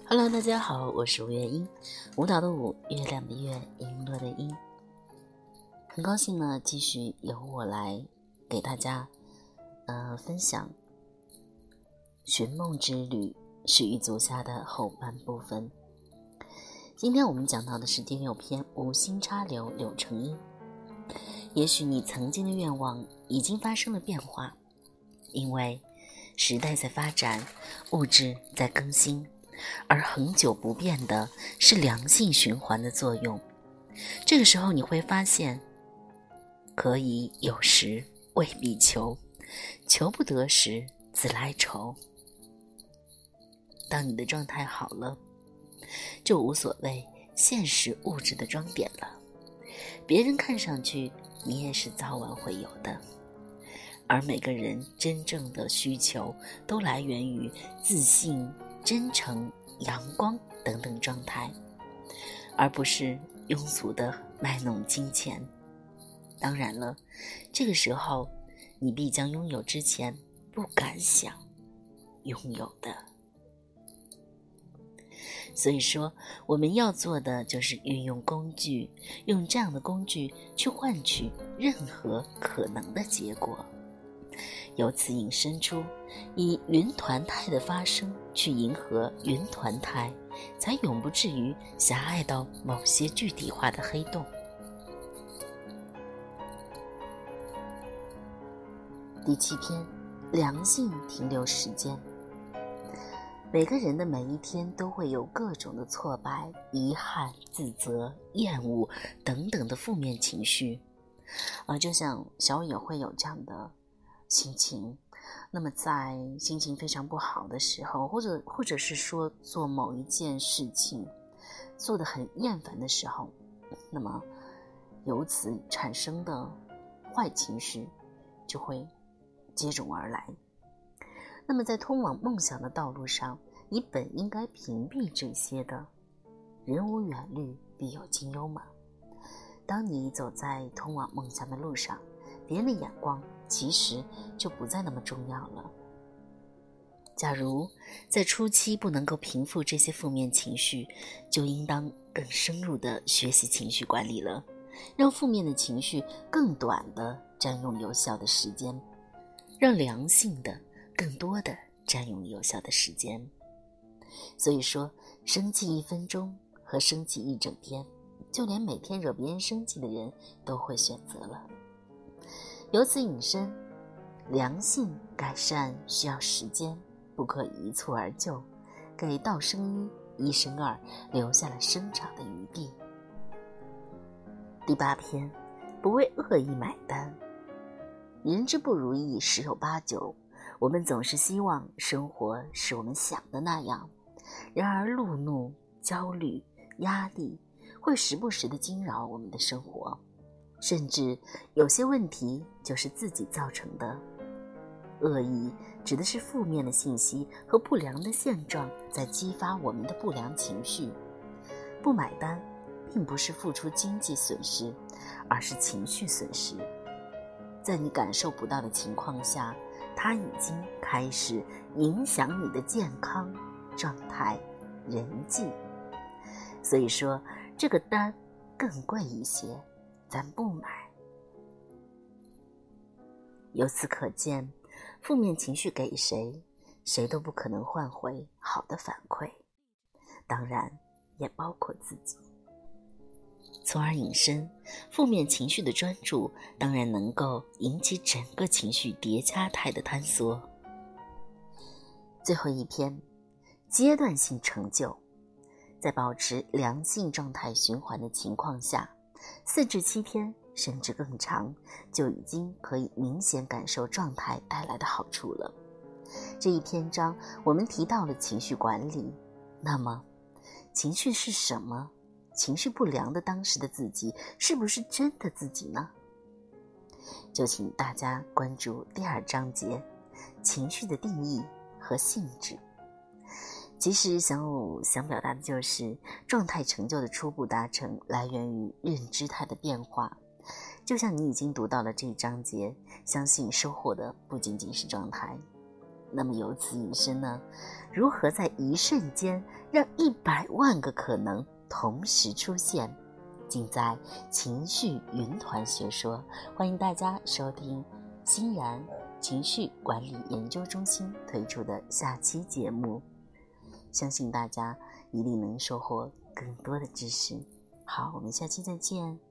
Hello， 大家好，我是吴月英，舞蹈的舞，月亮的月，璎珞的璎。很高兴呢，继续由我来给大家分享寻梦之旅始于足下的后半部分。今天我们讲到的是第6篇无心插柳柳成荫。也许你曾经的愿望已经发生了变化，因为时代在发展，物质在更新，而恒久不变的是良性循环的作用。这个时候你会发现，可以有时未必求，求不得时自来愁。当你的状态好了，就无所谓现实物质的装点了，别人看上去你也是早晚会有的。而每个人真正的需求都来源于自信、真诚、阳光等等状态，而不是庸俗的卖弄金钱。当然了，这个时候你必将拥有之前不敢想拥有的。所以说，我们要做的就是运用工具，用这样的工具去换取任何可能的结果。由此引申出，以云团态的发生去迎合云团态，才永不至于狭隘到某些具体化的黑洞。第7篇，良性停留时间。每个人的每一天都会有各种的挫败、遗憾、自责、厌恶等等的负面情绪，就像小也会有这样的心情。那么在心情非常不好的时候，或者是说做某一件事情做得很厌烦的时候，那么由此产生的坏情绪就会接踵而来。那么在通往梦想的道路上，你本应该屏蔽这些的，人无远虑，必有近忧嘛。当你走在通往梦想的路上，别人的眼光其实就不再那么重要了。假如在初期不能够平复这些负面情绪，就应当更深入的学习情绪管理了，让负面的情绪更短的占用有效的时间，让良性的更多的占用有效的时间。所以说，生气1分钟和生气1整天，就连每天惹别人生气的人都会选择了。由此引申，良性改善需要时间，不可一蹴而就，给道生一，一生二留下了生长的余地。第8篇，不为恶意买单。人之不如意十有八九，我们总是希望生活是我们想的那样，然而路怒、焦虑、压力会时不时地惊扰我们的生活，甚至有些问题就是自己造成的。恶意指的是负面的信息和不良的现状在激发我们的不良情绪。不买单并不是付出经济损失，而是情绪损失。在你感受不到的情况下，它已经开始影响你的健康状态、人际。所以说，这个单更贵一些，咱不买。由此可见，负面情绪给谁，谁都不可能换回好的反馈，当然也包括自己。从而引申，负面情绪的专注当然能够引起整个情绪叠加态的坍缩。最后1篇，阶段性成就。在保持良性状态循环的情况下，4至7天甚至更长，就已经可以明显感受状态带来的好处了。这一篇章我们提到了情绪管理，那么情绪是什么？情绪不良的当时的自己是不是真的自己呢？就请大家关注第2章节，情绪的定义和性质。其实想表达的就是状态成就的初步达成来源于认知态的变化。就像你已经读到了这一章节，相信收获的不仅仅是状态。 那么由此引申呢，如何在一瞬间让100万个可能同时出现，尽在情绪云团学说。欢迎大家收听欣然情绪管理研究中心推出的下期节目，相信大家一定能收获更多的知识。好，我们下期再见。